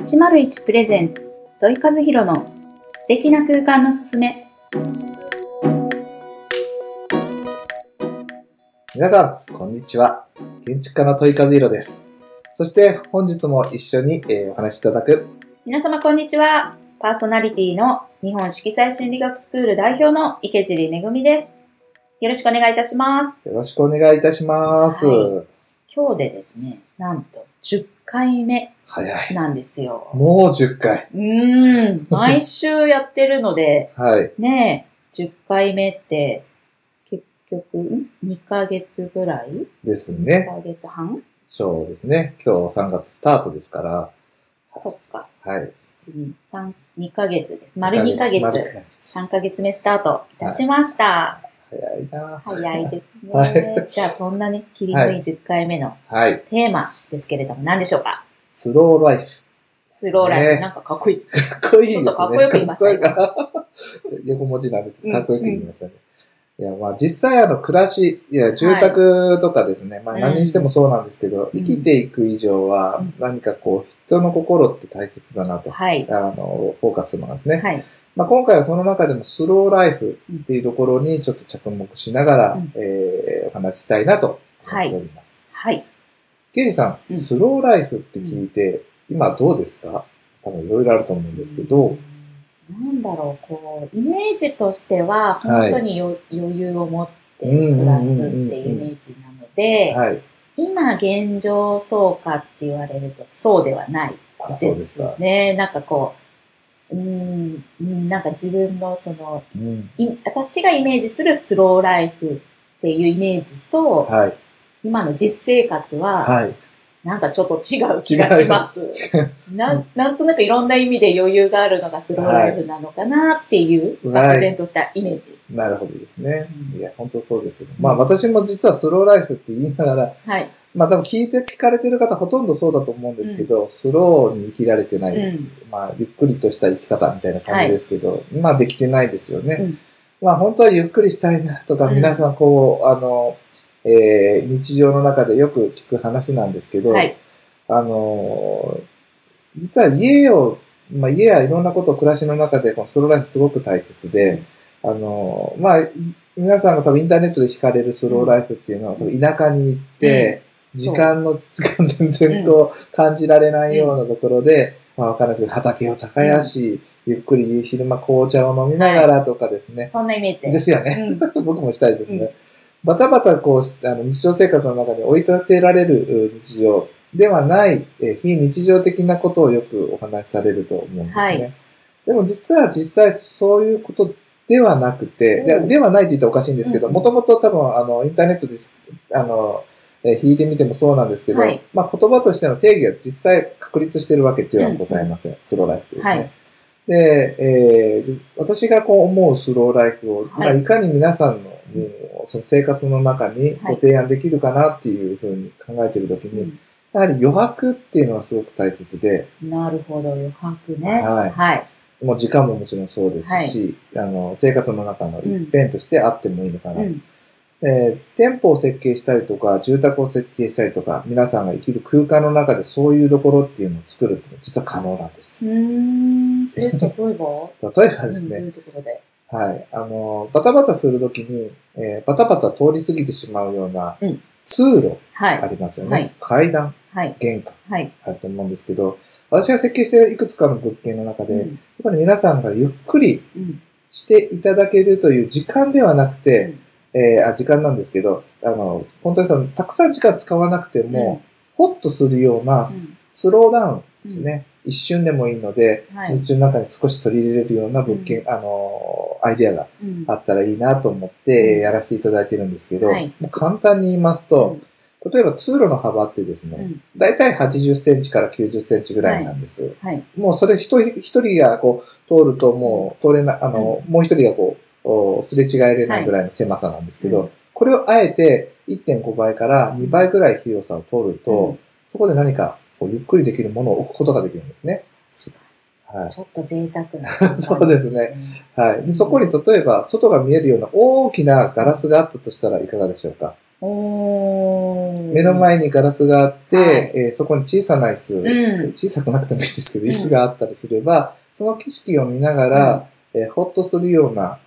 801プレゼンツ土井和弘の素敵な空間のすすめ。 皆さんこんにちは。建築家の土井和弘です。そして本日も一緒にお話しいただく皆様こんにちは。パーソナリティの日本色彩心理学スクール代表の池尻めぐみです。よろしくお願いいたします。 よろしくお願いいたします。 今日でですね、なんと10回目なんですよ。 もう10回。 毎週やってるので、 はい。 ねえ、10回目って結局2ヶ月ぐらいですね。 2ヶ月半？ そうですね。今日3月スタートですから。 そっか。 はい。 2ヶ月です。丸2ヶ月。3ヶ月目スタートいたしました。 早いな。 早いですね。 はい、 じゃあそんなね、切りのいい10回目のテーマですけれども何でしょうか？ スローライフ。 スローライフ、ね、なんかかっこいいですね。 かっこいいですね。 ちょっとかっこよく言いましたね。 横文字なんですかっこよく言いましたね。いや、まあ実際暮らし、住宅とかですね、まあ何にしてもそうなんですけど、生きていく以上は何か人の心って大切だなと、フォーカスするのがですね。まあ今回はその中でもスローライフっていうところにちょっと着目しながら、お話ししたいなと思っております。ケイジさん、スローライフって聞いて、今どうですか？多分いろいろあると思うんですけど、 なんだろう、イメージとしては、本当に余裕を持って暮らすっていうイメージなので、今現状そうかって言われるとそうではないですよね。なんかなんか自分の私がイメージするスローライフっていうイメージと、今の実生活は、なんかちょっと違う気がします。なんとなくいろんな意味で余裕があるのがスローライフなのかなっていう漠然としたイメージ。 なるほどですね。いや、本当そうですよね。まあ私も実はスローライフって言いながら、まあ多分聞かれてる方ほとんどそうだと思うんですけど、スローに生きられてない、まあゆっくりとした生き方みたいな感じですけど、まあできてないですよね。まあ本当はゆっくりしたいなとか、皆さん日常の中でよく聞く話なんですけど、実は家やいろんなことを暮らしの中で、このスローライフすごく大切で、まあ、皆さんが多分インターネットで聞かれるスローライフっていうのは、多分田舎に行って、時間の全然感じられないようなところで、まあわかんないですけど、畑を耕し、ゆっくり昼間紅茶を飲みながらとかですね。 そんなイメージですよね。僕もしたいですね。バタバタ日常生活の中に追い立てられる日常ではない、非日常的なことをよくお話しされると思うんですね。でも実際そういうことではなくて、ではないと言ったらおかしいんですけど、もともと多分インターネットで、引いてみてもそうなんですけど、まあ言葉としての定義は実際確立しているわけではございません。スローライフですね。で、私が思うスローライフを、いかに皆さんのその生活の中にご提案できるかなっていうふうに考えているときに、やはり余白っていうのはすごく大切で。 なるほど、余白ね。 もう時間ももちろんそうですし、生活の中の一辺としてあってもいいのかなと。店舗を設計したりとか、住宅を設計したりとか、皆さんが生きる空間の中でそういうところっていうのを作るっていうのは実は可能なんです。 例えばですね。バタバタするときに、バタバタ通り過ぎてしまうような通路ありますよね。階段、玄関あると思うんですけど、私が設計しているいくつかの物件の中で、やっぱり皆さんがゆっくりしていただけるという時間ではなくて、時間なんですけど、本当にたくさん時間使わなくても、ホッとするようなスローダウンですね。一瞬でもいいので、日常の中に少し取り入れるような物件、アイデアがあったらいいなと思ってやらせていただいてるんですけど、もう簡単に言いますと、例えば通路の幅ってですね、だいたい80センチから90センチぐらいなんです。もうそれ一人が通るともう通れない、もう一人がすれ違えれないぐらいの狭さなんですけど、これをあえて 1.5 倍から2倍ぐらい広さを取ると、そこで何かゆっくりできるものを置くことができるんですね。 ちょっと贅沢な。 そうですね。で、そこに例えば外が見えるような大きなガラスがあったとしたらいかがでしょうか。 目の前にガラスがあって、そこに小さな椅子、小さくなくてもいいですけど、椅子があったりすれば、その景色を見ながら、ほっとするような。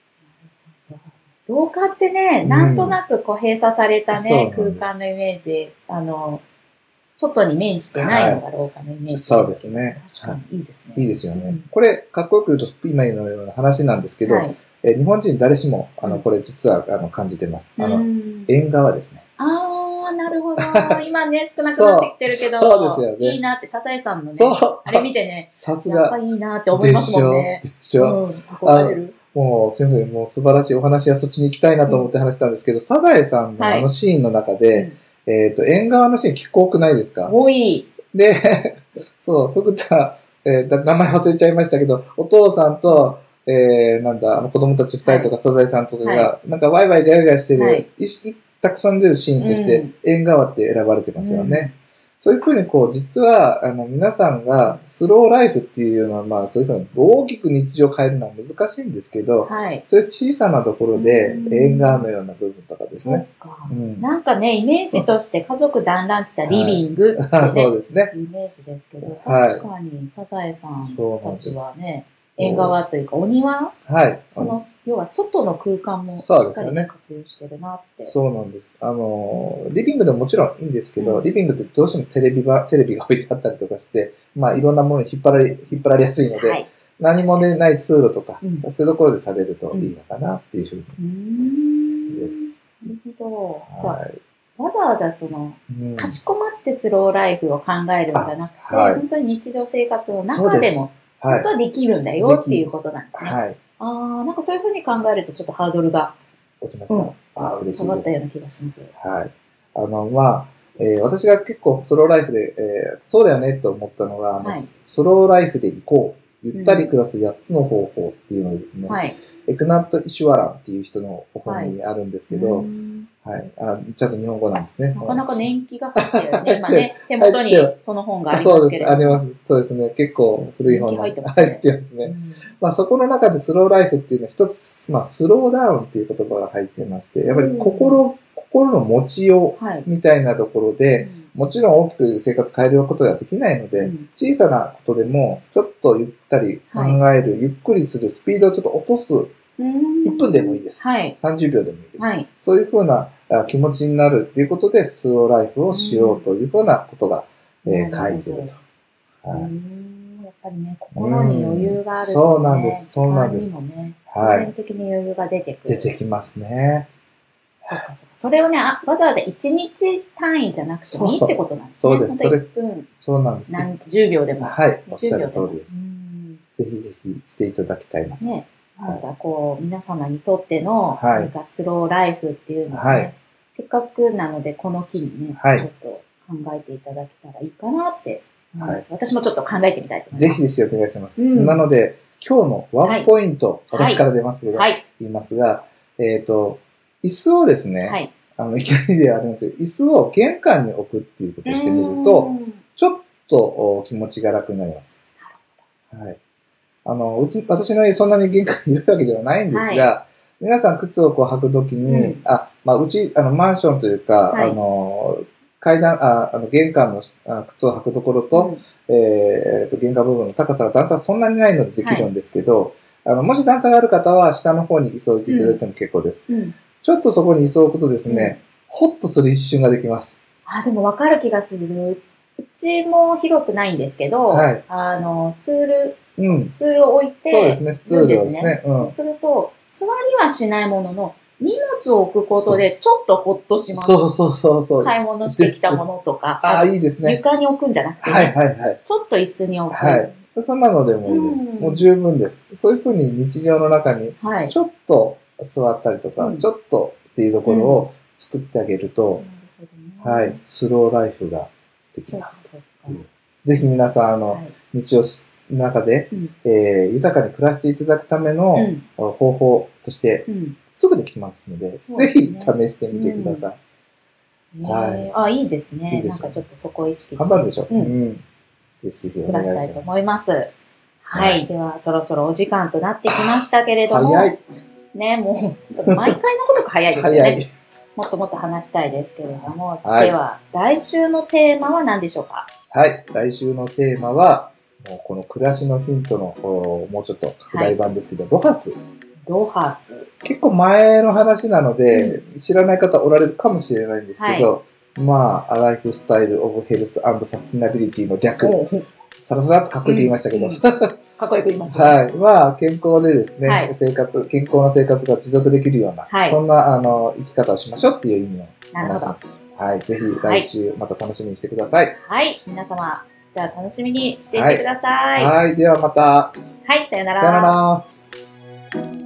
廊下ってね、なんとなくこう閉鎖されたね、空間のイメージ、外に面してないのが廊下のイメージです。 そうですね。 確かにいいですね。 いいですよね。これ、かっこよく言うと、今のような話なんですけど、日本人誰しも、これ実は、感じてます。縁側ですね。 ああ、なるほど。今ね、少なくなってきてるけど、 そうですよね。 いいなって、サザエさんのね、あれ見てね、 さすが。 やっぱいいなって思いますもんね。 でしょ。憧れる。もう、すみません、もう素晴らしいお話はそっちに行きたいなと思って話したんですけど、サザエさんのシーンの中で、縁側のシーン結構多くないですか？ 多い。 で、そう、福田、名前忘れちゃいましたけど、お父さんと、子供たち2人とかサザエさんとかが、なんかワイワイガヤガヤしてる、たくさん出るシーンとして、縁側って選ばれてますよね。そういうふうに実は、皆さんがスローライフっていうのは、そういうふうに大きく日常を変えるのは難しいんですけど、そういう小さなところで、縁側のような部分とかですね。 なんかね、イメージとして家族団らん来たリビングってね、 そうですね。 イメージですけど、確かにサザエさんたちはね、縁側というかお庭、要は外の空間もしっかり活用してるなって。 そうなんです。リビングでももちろんいいんですけど、リビングってどうしてもテレビが置いてあったりとかして、いろんなものに引っ張られやすいので、何もない通路とか、そういうところでされるといいのかなっていうふうに。です。 なるほど。じゃあ、わざわざかしこまってスローライフを考えるんじゃなくて、本当に日常生活の中でも、本当はできるんだよっていうことなんですね。なんかそういうふうに考えるとちょっとハードルが下がったような気がします。 はい。私が結構スローライフで、そうだよねと思ったのが、スローライフで行こう。ゆったり暮らす8つの方法っていうのですね。エクナット・イシュワランっていう人の本にあるんですけど、ちゃんと日本語なんですね。 なかなか年季が入ってるよね。今ね、手元にその本がありますけれども。 あります。そうですね。結構古い本が入ってますね。そこの中でスローライフっていうのは一つ、スローダウンっていう言葉が入ってまして、やっぱり心の持ちようみたいなところで、もちろん大きく生活変えることができないので、小さなことでもちょっとゆったり考える、ゆっくりするスピードをちょっと落とす。1分でもいいです。30秒でもいいです。そういうふうな気持ちになるっていうことで、スローライフをしようというふうなことが書いていると。 やっぱりね、心に余裕があるとね、 そうなんです。そうなんです。 自然的に余裕が出てくる。 出てきますね。 そうか。それをね、わざわざ1日単位じゃなくてもいいってことなんですね。 そうです。そうなんです。 10秒でも。 はい。おっしゃる通りです。ぜひぜひしていただきたいなと。 ね。なんか皆様にとっての、なんかスローライフっていうのをね、せっかくなのでこの機にね、ちょっと考えていただけたらいいかなって思います。私もちょっと考えてみたいと思います。 ぜひですよ、お願いします。なので、今日のワンポイント、私から出ますけど、言いますが、椅子をですね、いきなりではあるんですけど、椅子を玄関に置くっていうことをしてみると、ちょっと気持ちが楽になります。はい。私の家そんなに玄関にいるわけではないんですが、皆さん靴を履くときに、うち、マンションというか、階段、玄関の靴を履くところと、玄関部分の高さが段差がそんなにないのでできるんですけど、もし段差がある方は下の方に椅子を置いていただいても結構です。ちょっとそこに椅子を置くとですね、ホッとする一瞬ができます。 でも分かる気がする。うちも広くないんですけど、ツールを置いて、 そうですね、ツールですね。 そうすると、座りはしないものの、荷物を置くことでちょっとほっとします。 そう。 買い物してきたものとか。 いいですね。 床に置くんじゃなくて、ちょっと椅子に置く。 そんなのでもいいです。もう十分です。そういうふうに日常の中に、ちょっと座ったりとか、ちょっとっていうところを作ってあげると、スローライフができますと。ぜひ皆さん、日常の中で、豊かに暮らしていただくための方法として、すぐできますので、ぜひ試してみてください。 いいですね。なんかちょっとそこを意識して。 簡単でしょ。暮らしたいと思います。はい。では、そろそろお時間となってきましたけれども。 早い。 ね、もう、毎回のことが早いですよね。 もっともっと話したいですけれども、では、来週のテーマは何でしょうか？ はい。来週のテーマは、もうこの暮らしのヒントのもうちょっと拡大版ですけど、ロハス。 ロハス。 結構前の話なので、知らない方おられるかもしれないんですけど、まあ、ライフスタイルオブヘルス&サステナビリティの略。さらさらっとかっこよく言いましたけど。 かっこよく言いました、 はい。まあ、健康でですね、健康な生活が持続できるような、そんな、生き方をしましょうっていう意味の話。はい。ぜひ、来週また楽しみにしてください。 はい。皆様、じゃあ楽しみにしていてください。 はい。ではまた。 はい。さよなら。 さよなら。